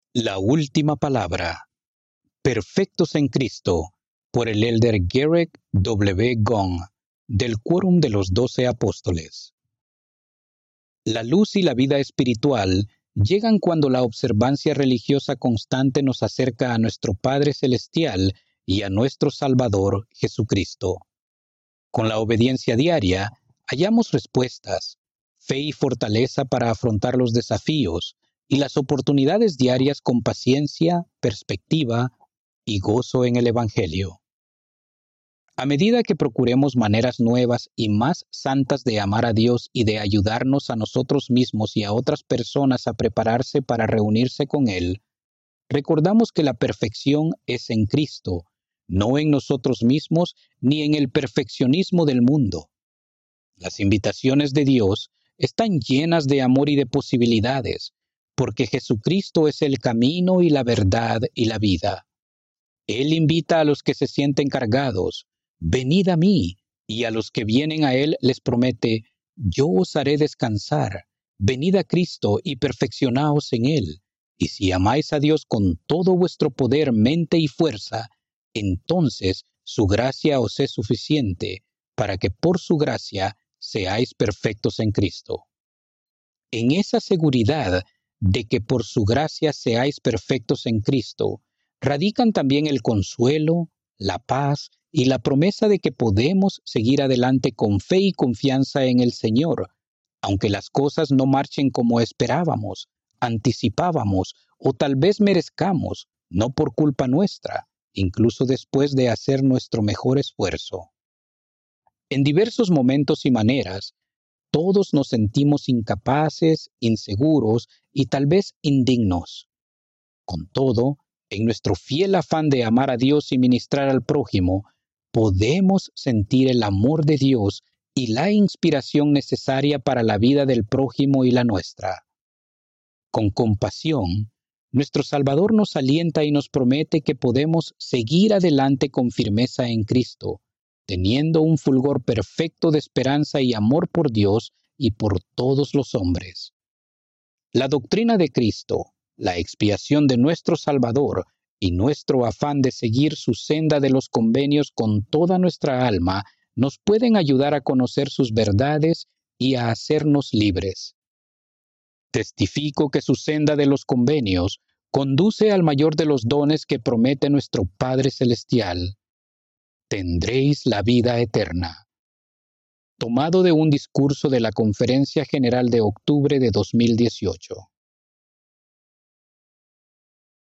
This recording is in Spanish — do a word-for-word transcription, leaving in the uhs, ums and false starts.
La última palabra. Perfectos en Cristo, por el elder Garrett W. Gong, del Quórum de los Doce Apóstoles. La luz y la vida espiritual llegan cuando la observancia religiosa constante nos acerca a nuestro Padre Celestial y a nuestro Salvador, Jesucristo. Con la obediencia diaria, hallamos respuestas, fe y fortaleza para afrontar los desafíos y las oportunidades diarias con paciencia, perspectiva y gozo en el Evangelio. A medida que procuremos maneras nuevas y más santas de amar a Dios y de ayudarnos a nosotros mismos y a otras personas a prepararse para reunirse con Él, recordamos que la perfección es en Cristo, no en nosotros mismos ni en el perfeccionismo del mundo. Las invitaciones de Dios están llenas de amor y de posibilidades, porque Jesucristo es el camino y la verdad y la vida. Él invita a los que se sienten cargados, venid a mí, y a los que vienen a Él les promete, yo os haré descansar, venid a Cristo y perfeccionaos en Él, y si amáis a Dios con todo vuestro poder, mente y fuerza, entonces su gracia os es suficiente, para que por su gracia seáis perfectos en Cristo. En esa seguridad de que por su gracia seáis perfectos en Cristo, radican también el consuelo, la paz y la promesa de que podemos seguir adelante con fe y confianza en el Señor, aunque las cosas no marchen como esperábamos, anticipábamos o tal vez merezcamos, no por culpa nuestra, incluso después de hacer nuestro mejor esfuerzo. En diversos momentos y maneras, todos nos sentimos incapaces, inseguros y tal vez indignos. Con todo, en nuestro fiel afán de amar a Dios y ministrar al prójimo, podemos sentir el amor de Dios y la inspiración necesaria para la vida del prójimo y la nuestra. Con compasión, nuestro Salvador nos alienta y nos promete que podemos seguir adelante con firmeza en Cristo, teniendo un fulgor perfecto de esperanza y amor por Dios y por todos los hombres. La doctrina de Cristo, la expiación de nuestro Salvador y nuestro afán de seguir su senda de los convenios con toda nuestra alma nos pueden ayudar a conocer sus verdades y a hacernos libres. Testifico que su senda de los convenios conduce al mayor de los dones que promete nuestro Padre Celestial. Tendréis la vida eterna. Tomado de un discurso de la Conferencia General de octubre de dos mil dieciocho.